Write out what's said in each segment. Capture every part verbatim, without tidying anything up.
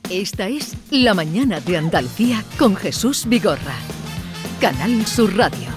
Esta es La Mañana de Andalucía con Jesús Vigorra. Canal Sur Radio.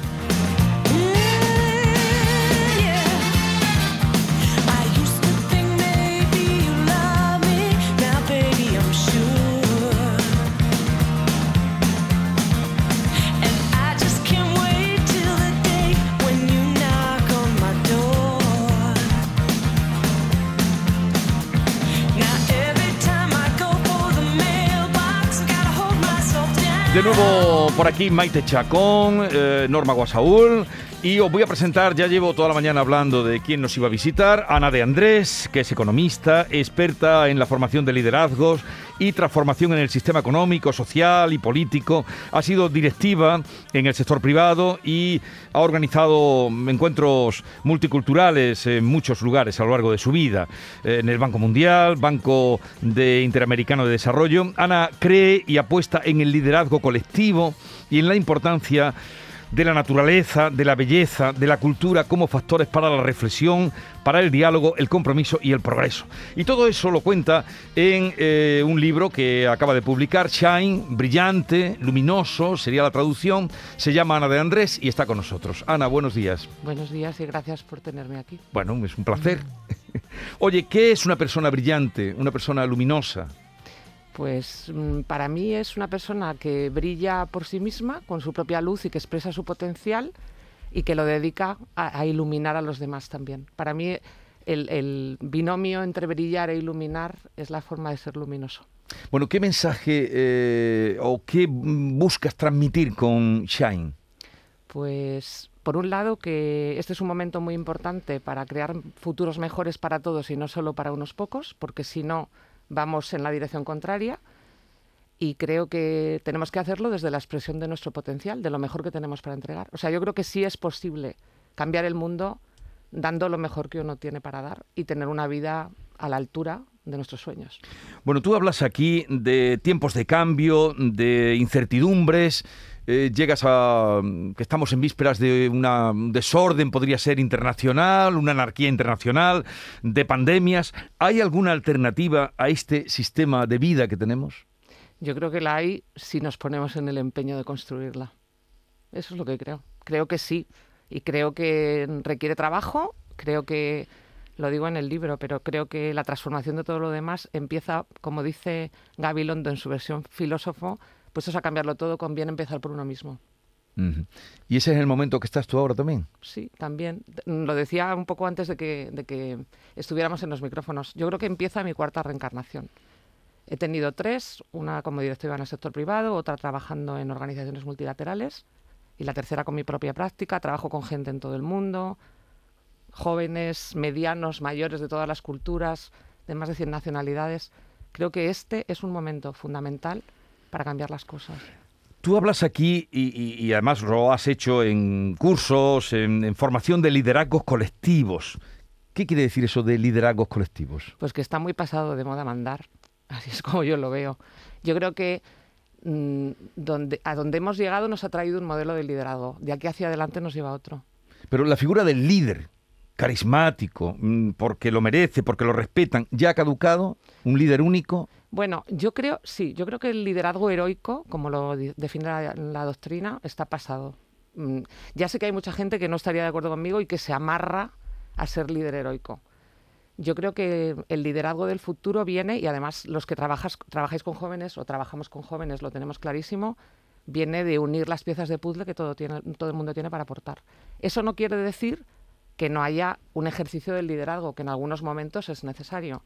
De nuevo por aquí Maite Chacón, eh, Norma Guasaúl, y os voy a presentar, ya llevo toda la mañana hablando de quién nos iba a visitar, Ana de Andrés, que es economista, experta en la formación de liderazgos y transformación en el sistema económico, social y político. Ha sido directiva en el sector privado y ha organizado encuentros multiculturales en muchos lugares a lo largo de su vida, en el Banco Mundial, Banco de Interamericano de Desarrollo. Ana cree y apuesta en el liderazgo colectivo y en la importancia de la naturaleza, de la belleza, de la cultura como factores para la reflexión, para el diálogo, el compromiso y el progreso. Y todo eso lo cuenta en eh, un libro que acaba de publicar, Shine, brillante, luminoso, sería la traducción. Se llama Ana de Andrés y está con nosotros. Ana, buenos días. Buenos días y gracias por tenerme aquí. Bueno, es un placer. Oye, ¿qué es una persona brillante, una persona luminosa? Pues para mí es una persona que brilla por sí misma, con su propia luz y que expresa su potencial y que lo dedica a, a iluminar a los demás también. Para mí el, el binomio entre brillar e iluminar es la forma de ser luminoso. Bueno, ¿qué mensaje eh, o qué buscas transmitir con Shine? Pues por un lado que este es un momento muy importante para crear futuros mejores para todos y no solo para unos pocos, porque si no vamos en la dirección contraria, y creo que tenemos que hacerlo desde la expresión de nuestro potencial, de lo mejor que tenemos para entregar. O sea, yo creo que sí es posible cambiar el mundo dando lo mejor que uno tiene para dar y tener una vida a la altura de nuestros sueños. Bueno, tú hablas aquí de tiempos de cambio, de incertidumbres. Eh, llegas a que estamos en vísperas de una, un desorden, podría ser internacional, una anarquía internacional, de pandemias. ¿Hay alguna alternativa a este sistema de vida que tenemos? Yo creo que la hay si nos ponemos en el empeño de construirla. Eso es lo que creo. Creo que sí. Y creo que requiere trabajo. Creo que, lo digo en el libro, pero creo que la transformación de todo lo demás empieza, como dice Gabilondo en su versión filósofo, pues eso a cambiarlo todo, conviene empezar por uno mismo. Uh-huh. ¿Y ese es el momento que estás tú ahora también? Sí, también. Lo decía un poco antes de que, de que estuviéramos en los micrófonos. Yo creo que empieza mi cuarta reencarnación. He tenido tres, una como directiva en el sector privado, otra trabajando en organizaciones multilaterales y la tercera con mi propia práctica. Trabajo con gente en todo el mundo, jóvenes, medianos, mayores de todas las culturas, de más de cien nacionalidades. Creo que este es un momento fundamental para cambiar las cosas. Tú hablas aquí y, y, y además lo has hecho en cursos, en, en formación de liderazgos colectivos. ¿Qué quiere decir eso de liderazgos colectivos? Pues que está muy pasado de moda mandar, así es como yo lo veo. Yo creo que mmm, donde, a donde hemos llegado nos ha traído un modelo de liderazgo. De aquí hacia adelante nos lleva a otro. Pero la figura del líder carismático, porque lo merece, porque lo respetan, ¿ya ha caducado? ¿Un líder único? Bueno, yo creo, sí, yo creo que el liderazgo heroico, como lo di- define la, la doctrina, está pasado. Mm, ya sé que hay mucha gente que no estaría de acuerdo conmigo y que se amarra a ser líder heroico. Yo creo que el liderazgo del futuro viene, y además los que trabajas, trabajáis con jóvenes o trabajamos con jóvenes lo tenemos clarísimo, viene de unir las piezas de puzzle que todo, tiene, todo el mundo tiene para aportar. Eso no quiere decir que no haya un ejercicio del liderazgo, que en algunos momentos es necesario.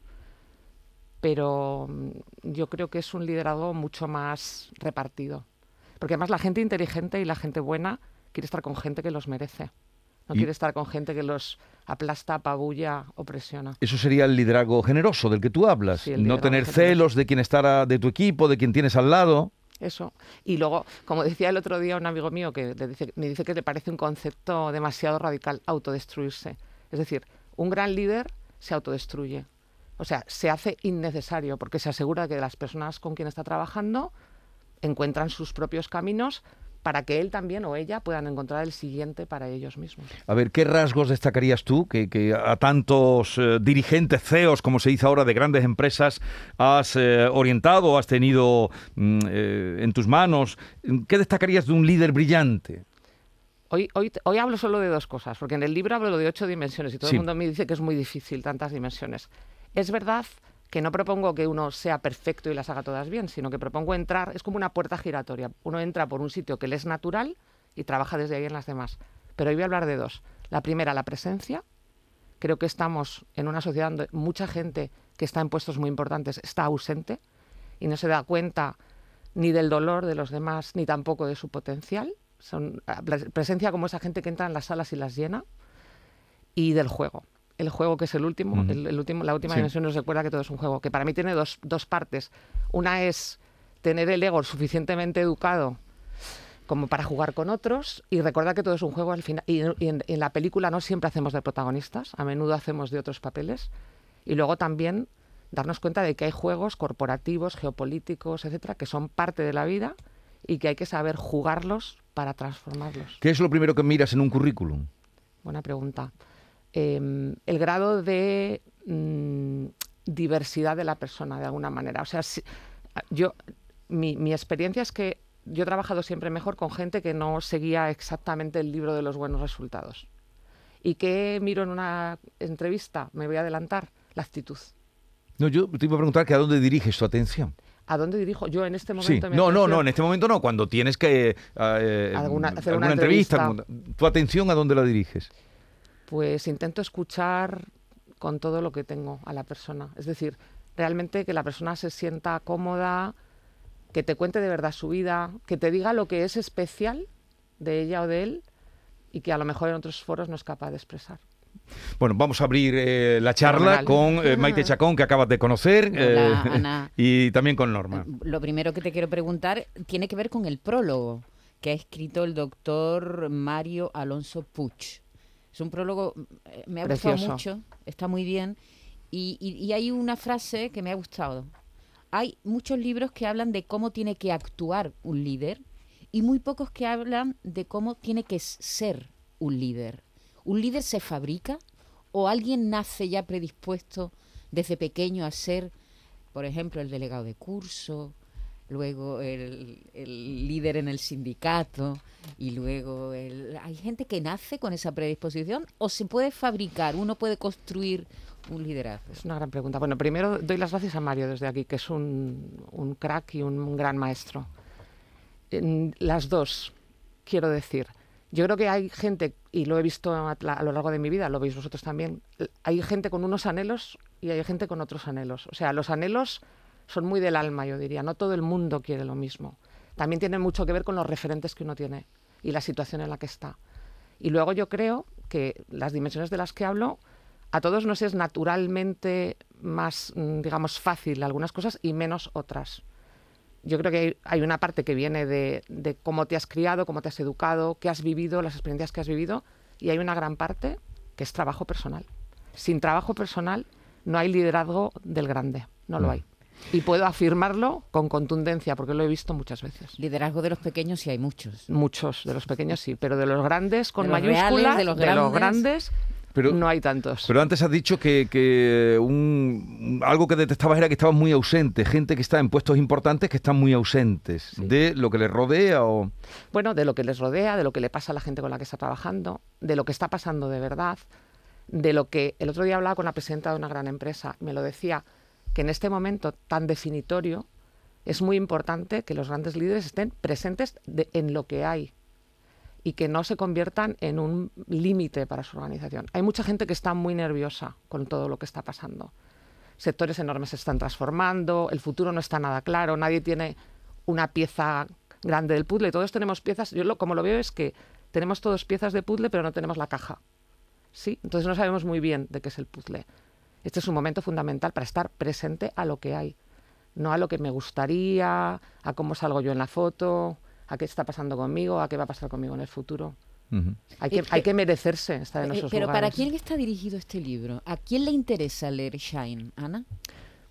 Pero yo creo que es un liderazgo mucho más repartido. Porque además la gente inteligente y la gente buena quiere estar con gente que los merece. No Y- quiere estar con gente que los aplasta, apabulla o presiona. Eso sería el liderazgo generoso del que tú hablas. Sí, el No liderazgo tener generoso. celos de quien estará de tu equipo, de quien tienes al lado. Eso. Y luego, como decía el otro día un amigo mío, que le dice, me dice que le parece un concepto demasiado radical, autodestruirse. Es decir, un gran líder se autodestruye. O sea, se hace innecesario porque se asegura que las personas con quien está trabajando encuentran sus propios caminos para que él también o ella puedan encontrar el siguiente para ellos mismos. A ver, ¿qué rasgos destacarías tú que, que a tantos eh, dirigentes, C E Os, como se dice ahora, de grandes empresas, has eh, orientado, has tenido mm, eh, en tus manos? ¿Qué destacarías de un líder brillante? Hoy, hoy, hoy hablo solo de dos cosas, porque en el libro hablo de ocho dimensiones y todo Sí. el mundo me dice que es muy difícil tantas dimensiones. Es verdad que no propongo que uno sea perfecto y las haga todas bien, sino que propongo entrar, es como una puerta giratoria. Uno entra por un sitio que le es natural y trabaja desde ahí en las demás. Pero hoy voy a hablar de dos. La primera, la presencia. Creo que estamos en una sociedad donde mucha gente que está en puestos muy importantes está ausente y no se da cuenta ni del dolor de los demás, ni tampoco de su potencial. Son, la presencia como esa gente que entra en las salas y las llena. Y del juego. El juego que es el último, Uh-huh. el, el último la última Sí. dimensión nos recuerda que todo es un juego, que para mí tiene dos, dos partes. Una es tener el ego suficientemente educado como para jugar con otros y recordar que todo es un juego al final. Y, y en, en la película no siempre hacemos de protagonistas, a menudo hacemos de otros papeles. Y luego también darnos cuenta de que hay juegos corporativos, geopolíticos, etcétera, que son parte de la vida y que hay que saber jugarlos para transformarlos. ¿Qué es lo primero que miras en un currículum? Buena pregunta. Eh, el grado de mm, diversidad de la persona, de alguna manera. O sea, si, yo, mi, mi experiencia es que yo he trabajado siempre mejor con gente que no seguía exactamente el libro de los buenos resultados. ¿Y qué miro en una entrevista? Me voy a adelantar. La actitud. No, yo te iba a preguntar que a dónde diriges tu atención. ¿A dónde dirijo? Yo en este Sí. momento... mi No, no, atención- no, en este momento no. Cuando tienes que... eh, Alguna- hacer alguna una entrevista. entrevista. ¿Tu atención a dónde la diriges? Pues intento escuchar con todo lo que tengo a la persona. Es decir, realmente que la persona se sienta cómoda, que te cuente de verdad su vida, que te diga lo que es especial de ella o de él y que a lo mejor en otros foros no es capaz de expresar. Bueno, vamos a abrir eh, la charla Fenomenal. con eh, Maite Chacón, que acabas de conocer, Hola, eh, Ana. y también con Norma. Lo primero que te quiero preguntar tiene que ver con el prólogo que ha escrito el doctor Mario Alonso Puig. Es un prólogo, eh, me ha Precioso. gustado mucho, está muy bien, y, y, y hay una frase que me ha gustado. Hay muchos libros que hablan de cómo tiene que actuar un líder y muy pocos que hablan de cómo tiene que ser un líder. ¿Un líder se fabrica o alguien nace ya predispuesto desde pequeño a ser, por ejemplo, el delegado de curso, luego el, el líder en el sindicato y luego el... ¿Hay gente que nace con esa predisposición o se puede fabricar, uno puede construir un liderazgo? Es una gran pregunta. Bueno, primero doy las gracias a Mario desde aquí, que es un, un crack y un gran maestro. En las dos, quiero decir. Yo creo que hay gente, y lo he visto a, a lo largo de mi vida, lo veis vosotros también, hay gente con unos anhelos y hay gente con otros anhelos. O sea, los anhelos son muy del alma, yo diría. No todo el mundo quiere lo mismo. También tiene mucho que ver con los referentes que uno tiene y la situación en la que está. Y luego yo creo que las dimensiones de las que hablo, a todos nos es naturalmente más, digamos, fácil algunas cosas y menos otras. Yo creo que hay, hay una parte que viene de, de cómo te has criado, cómo te has educado, qué has vivido, las experiencias que has vivido, y hay una gran parte que es trabajo personal. Sin trabajo personal no hay liderazgo del grande, no lo hay. Y puedo afirmarlo con contundencia, porque lo he visto muchas veces. Liderazgo de los pequeños sí hay muchos. Muchos, de los pequeños sí, pero de los grandes con De los mayúsculas, reales, de los de los grandes. grandes, Pero- no hay tantos. Pero antes has dicho que, que un, algo que detestabas era que estabas muy ausente, gente que está en puestos importantes que están muy ausentes Sí. de lo que les rodea o... Bueno, de lo que les rodea, de lo que le pasa a la gente con la que está trabajando, de lo que está pasando de verdad, de lo que... El otro día hablaba con la presidenta de una gran empresa, me lo decía, que en este momento tan definitorio es muy importante que los grandes líderes estén presentes de- en lo que hay y que no se conviertan en un límite para su organización. Hay mucha gente que está muy nerviosa con todo lo que está pasando. Sectores enormes se están transformando, el futuro no está nada claro, nadie tiene una pieza grande del puzzle, todos tenemos piezas. Yo lo, como lo veo es que tenemos todos piezas de puzzle, pero no tenemos la caja. ¿Sí? Entonces no sabemos muy bien de qué es el puzzle. Este es un momento fundamental para estar presente a lo que hay, no a lo que me gustaría, a cómo salgo yo en la foto, a qué está pasando conmigo, a qué va a pasar conmigo en el futuro. Ujú. Hay que, Es que- hay que merecerse estar en Eh, esos Pero lugares. ¿para quién está dirigido este libro? ¿A quién le interesa leer Shine, Ana?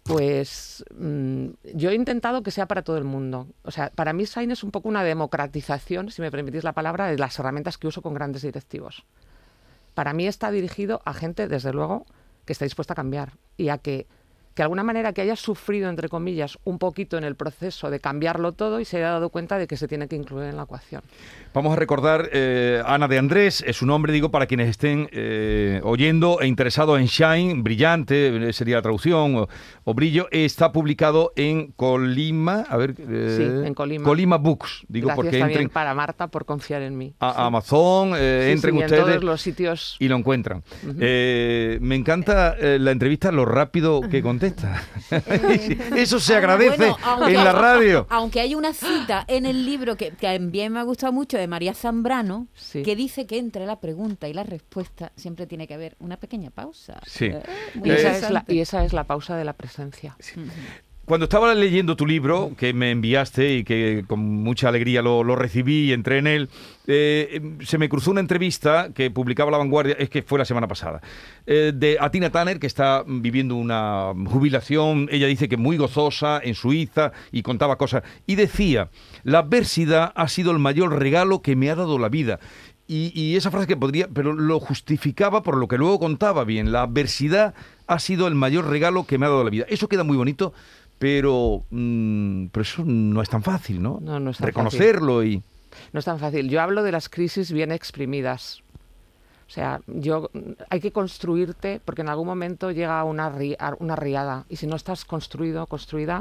Pues mmm, yo he intentado que sea para todo el mundo. O sea, para mí Shine es un poco una democratización, si me permitís la palabra, de las herramientas que uso con grandes directivos. Para mí está dirigido a gente, desde luego, que está dispuesta a cambiar y a que, que de alguna manera que haya sufrido, entre comillas, un poquito en el proceso de cambiarlo todo y se haya dado cuenta de que se tiene que incluir en la ecuación. Vamos a recordar, eh, Ana de Andrés, es su nombre, digo, para quienes estén eh, oyendo e interesados en Shine, brillante, sería la traducción, o, o brillo, está publicado en Colima, a ver... Eh, sí, en Colima. Colima Books, digo, Gracias porque también entren para Marta por confiar en mí. a sí. Amazon, eh, sí, entren sí, ustedes en todos los sitios. y lo encuentran. Uh-huh. Eh, me encanta eh, la entrevista, lo rápido que contesta. Eso se agradece Bueno, aunque, en la radio. Aunque hay una cita en el libro que, que también me ha gustado mucho de María Zambrano, sí. que dice que entre la pregunta y la respuesta siempre tiene que haber una pequeña pausa. Sí. Eh, muy Y esa, es la, interesante. y esa es la pausa de la presencia. Sí. Cuando estaba leyendo tu libro, que me enviaste y que con mucha alegría lo, lo recibí y entré en él, eh, se me cruzó una entrevista que publicaba La Vanguardia, es que fue la semana pasada, eh, de a Tina Turner, que está viviendo una jubilación, ella dice que muy gozosa en Suiza y contaba cosas, y decía, la adversidad ha sido el mayor regalo que me ha dado la vida. Y, y esa frase que podría, pero lo justificaba por lo que luego contaba bien, la adversidad ha sido el mayor regalo que me ha dado la vida. Eso queda muy bonito. Pero, mmm, pero eso no es tan fácil, ¿no? No, no es tan Reconocerlo fácil. y... No es tan fácil. Yo hablo de las crisis bien exprimidas. O sea, yo hay que construirte porque en algún momento llega una, ri, una riada. Y si no estás construido, construida,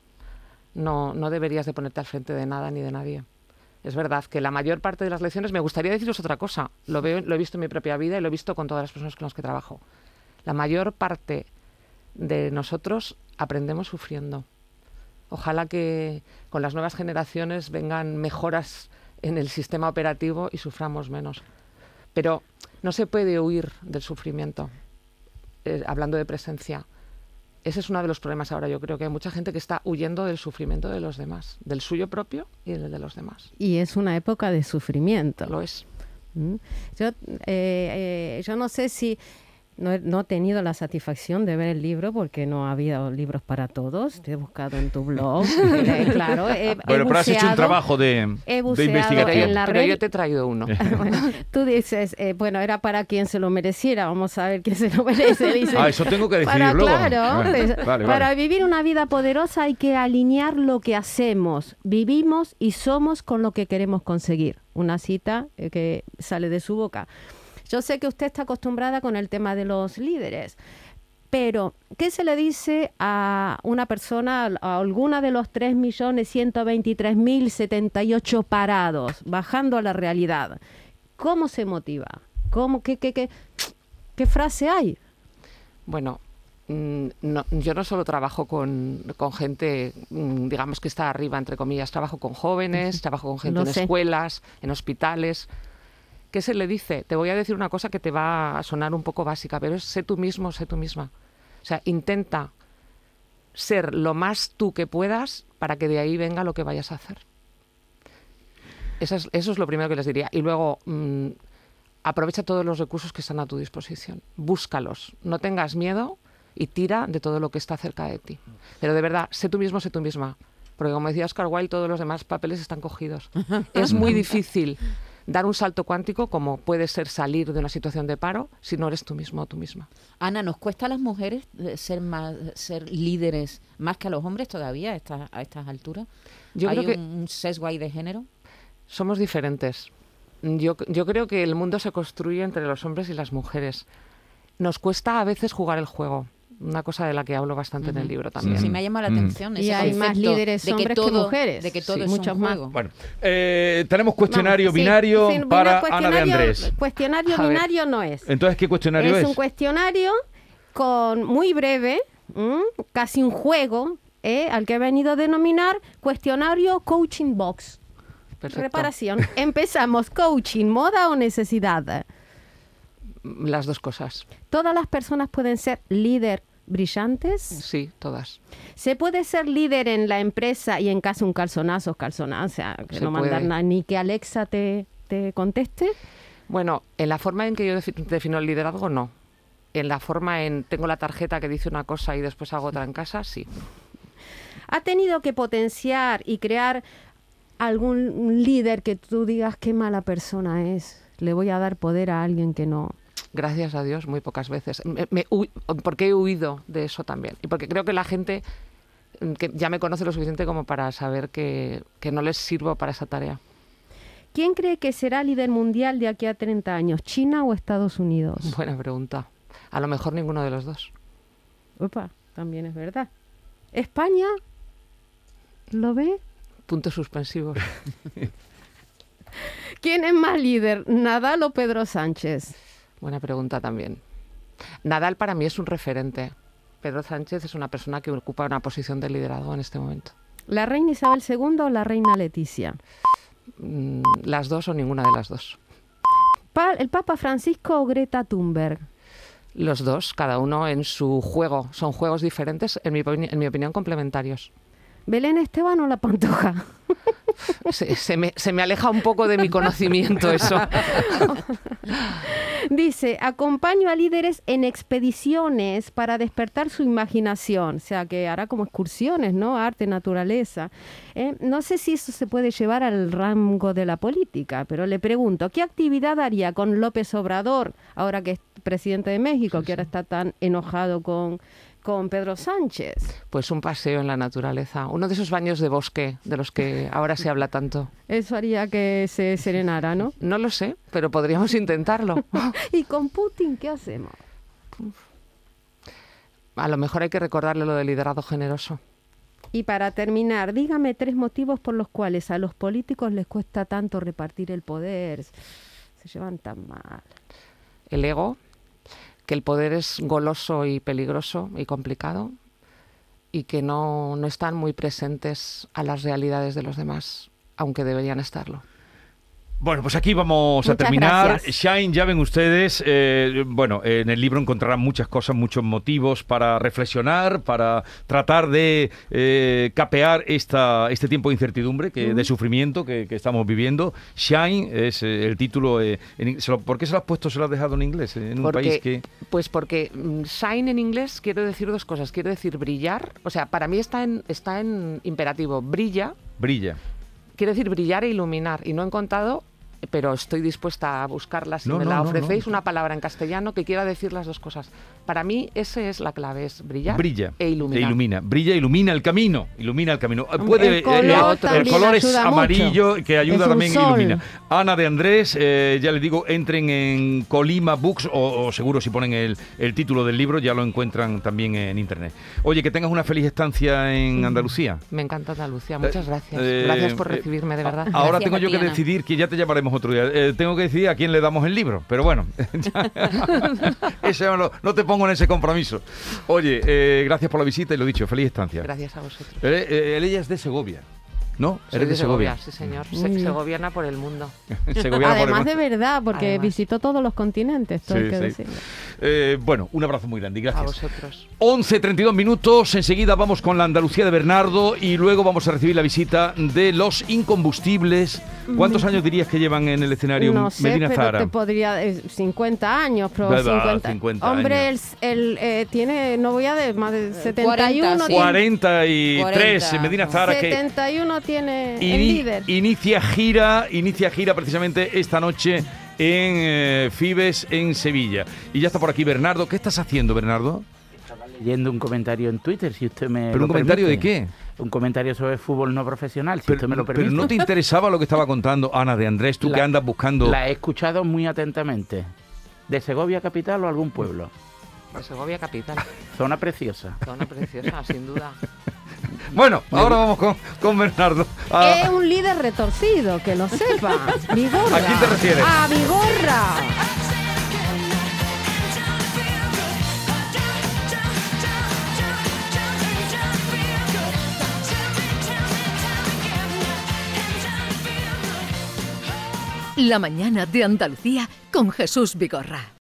no, no deberías de ponerte al frente de nada ni de nadie. Es verdad que la mayor parte de las lecciones, me gustaría deciros otra cosa. Lo, veo, lo he visto en mi propia vida y lo he visto con todas las personas con las que trabajo. La mayor parte de nosotros aprendemos sufriendo. Ojalá que con las nuevas generaciones vengan mejoras en el sistema operativo y suframos menos. Pero no se puede huir del sufrimiento, eh, hablando de presencia. Ese es uno de los problemas ahora. Yo creo que hay mucha gente que está huyendo del sufrimiento de los demás, del suyo propio y del de los demás. Y es una época de sufrimiento. Lo es. ¿Mm? Yo, eh, eh, yo no sé si... No he, no he tenido la satisfacción de ver el libro porque no ha habido libros para todos. Te he buscado en tu blog. eh, claro, he, Bueno, he pero has hecho un trabajo de, he de investigación. en la Pero red. yo te he traído uno. Bueno, tú dices, eh, bueno, era para quien se lo mereciera. Vamos a ver quién se lo merece. Dice, Ah, eso tengo que decidir para, luego. Claro, Bueno, pues, vale, para vale. vivir una vida poderosa hay que alinear lo que hacemos, vivimos y somos con lo que queremos conseguir. Una cita eh, que sale de su boca. Yo sé que usted está acostumbrada con el tema de los líderes, pero ¿qué se le dice a una persona, a alguna de los tres millones ciento veintitrés mil setenta y ocho parados, bajando a la realidad? ¿Cómo se motiva? ¿Cómo, qué, qué, qué, qué frase hay? Bueno, mmm, no, yo no solo trabajo con, con gente, mmm, digamos que está arriba, entre comillas, trabajo con jóvenes, uh-huh. trabajo con gente Lo en sé. escuelas, en hospitales. ¿Qué se le dice? Te voy a decir una cosa que te va a sonar un poco básica, pero es sé tú mismo, sé tú misma. O sea, intenta ser lo más tú que puedas para que de ahí venga lo que vayas a hacer. Eso es, eso es lo primero que les diría. Y luego, mmm, aprovecha todos los recursos que están a tu disposición. Búscalos. No tengas miedo y tira de todo lo que está cerca de ti. Pero de verdad, sé tú mismo, sé tú misma. Porque como decía Oscar Wilde, todos los demás papeles están cogidos. Es muy difícil dar un salto cuántico, como puede ser salir de una situación de paro, si no eres tú mismo o tú misma. Ana, ¿nos cuesta a las mujeres ser más, ser líderes más que a los hombres todavía a estas, a estas alturas? Yo ¿Hay creo que un, un sesgo ahí de género? Somos diferentes. Yo, yo creo que el mundo se construye entre los hombres y las mujeres. Nos cuesta a veces jugar el juego. Una cosa de la que hablo bastante uh-huh. en el libro también. Sí, sí, me ha llamado la atención. Y ese hay más líderes de hombres que, todo, que mujeres. De que todo sí, es muchos un más. juego. Bueno, eh, tenemos cuestionario Vamos, sí, binario sí, para cuestionario, Ana de Andrés. Cuestionario A ver. binario no es. Entonces, ¿qué cuestionario es? Es un cuestionario con muy breve, ¿m? casi un juego, ¿eh? al que he venido a denominar cuestionario coaching box. Perfecto. Reparación. Empezamos. Coaching, moda o necesidad. Las dos cosas. Todas las personas pueden ser líder brillantes. Sí, todas. Se puede ser líder en la empresa y en casa un calzonazo, calzonazo, o sea, que Se no puede. mandar nada, ni que Alexa te, te conteste. Bueno, en la forma en que yo defi- defino el liderazgo, no. en la forma en tengo la tarjeta que dice una cosa y después hago otra en casa, sí. ¿Ha tenido que potenciar y crear algún líder que tú digas qué mala persona es? Le voy a dar poder a alguien que no... Gracias a Dios, muy pocas veces. Me, me, hu- porque he huido de eso también. Y porque creo que la gente que ya me conoce lo suficiente como para saber que, que no les sirvo para esa tarea. ¿Quién cree que será líder mundial de aquí a treinta años? ¿China o Estados Unidos? Buena pregunta. A lo mejor ninguno de los dos. Opa, también es verdad. ¿España? ¿Lo ve? Puntos suspensivos. ¿Quién es más líder, Nadal o Pedro Sánchez? Buena pregunta también. Nadal para mí es un referente. Pedro Sánchez es una persona que ocupa una posición de liderazgo en este momento. ¿La reina Isabel segunda o la reina Leticia? Mm, las dos o ninguna de las dos. Pa- ¿El Papa Francisco o Greta Thunberg? Los dos, cada uno en su juego. Son juegos diferentes, en mi, opini- en mi opinión, complementarios. ¿Belén Esteban o la Pantoja? Se, se me, se me aleja un poco de mi conocimiento eso. Dice, acompaño a líderes en expediciones para despertar su imaginación. O sea, que hará como excursiones, ¿no? Arte, naturaleza. Eh, no sé si eso se puede llevar al rango de la política, pero le pregunto, ¿qué actividad haría con López Obrador, ahora que es presidente de México, Sí, que ahora sí. está tan enojado con, con Pedro Sánchez? Pues un paseo en la naturaleza. Uno de esos baños de bosque de los que ahora se habla tanto. Eso haría que se serenara, ¿no? No lo sé, pero podríamos intentarlo. ¿Y con Putin qué hacemos? A lo mejor hay que recordarle lo del liderazgo generoso. Y para terminar, dígame tres motivos por los cuales a los políticos les cuesta tanto repartir el poder. Se llevan tan mal. El ego, que el poder es goloso y peligroso y complicado, y que no, no están muy presentes a las realidades de los demás, aunque deberían estarlo. Bueno, pues aquí vamos a Muchas terminar. gracias. Shine, ya ven ustedes, eh, bueno, en el libro encontrarán muchas cosas, muchos motivos para reflexionar, para tratar de eh, capear esta, este tiempo de incertidumbre, que, de sufrimiento que, que estamos viviendo. Shine es eh, el título. Eh, en, se lo- ¿Por qué se lo has puesto, se lo has dejado en inglés? En un Porque- país que... Pues porque mm, shine en inglés quiere decir dos cosas. Quiere decir brillar, o sea, para mí está en, está en imperativo. Brilla, brilla. quiere decir brillar e iluminar. Y no he encontrado, pero estoy dispuesta a buscarla si No, me no, la no, ofrecéis, no. una palabra en castellano que quiera decir las dos cosas. Para mí esa es la clave, es brillar Brilla e iluminar. e ilumina. Brilla, ilumina el camino. Ilumina el camino. Eh, Puede, el color eh, también el color es ayuda amarillo, mucho. que ayuda Es un también, sol. ilumina. Ana de Andrés, eh, ya les digo, entren en Colima Books o, o seguro si ponen el, el título del libro ya lo encuentran también en internet. Oye, que tengas una feliz estancia en Andalucía. Me encanta Andalucía, muchas gracias. eh, gracias por eh, recibirme, de verdad. Ahora Gracias tengo a yo ti, que Ana. decidir, que ya te llamaremos otro día. Eh, tengo que decidir a quién le damos el libro, pero bueno, ese no, lo- no te pongo en ese compromiso. Oye, eh, gracias por la visita y lo dicho, feliz estancia. Gracias a vosotros. Eh, eh, ella es de Segovia, ¿no? Soy Eres de Segovia, sí señor. Muy Se- bien. Segoviana por el mundo. Segoviana por el Además de mundo. verdad, porque Además. visitó todos los continentes, todo Sí, hay que sí. decirlo. Eh, bueno, un abrazo muy grande y A gracias. vosotros. once treinta y dos minutos, enseguida vamos con la Andalucía de Bernardo y luego vamos a recibir la visita de los incombustibles. ¿Cuántos años dirías que llevan en el escenario No sé, Medina pero Zahara? te podría... eh, cincuenta años, pero Va, va, cincuenta. cincuenta Hombre, años. el, el, eh, tiene, no voy a de más de setenta y uno. cuarenta, sí. tiene- cuarenta y tres, cuarenta. Medina Zahara, que setenta y uno tiene el ini- líder. inicia gira, inicia gira precisamente esta noche en eh, Fibes, en Sevilla. Y ya está por aquí Bernardo. ¿Qué estás haciendo, Bernardo? Estaba leyendo un comentario en Twitter, si usted me ¿Pero lo un comentario de permite. qué? Un comentario sobre fútbol no profesional, si Pero, usted me lo pero permite. no te interesaba lo que estaba contando Ana de Andrés, tú La- que andas buscando... La he escuchado muy atentamente. ¿De Segovia capital o algún pueblo? De Segovia capital. Zona preciosa. Zona preciosa, sin duda. Bueno, ahora vamos con, con Bernardo. Ah, Es un líder retorcido, que lo sepa. Vigorra. ¿A quién te refieres? A Vigorra. La mañana de Andalucía con Jesús Vigorra.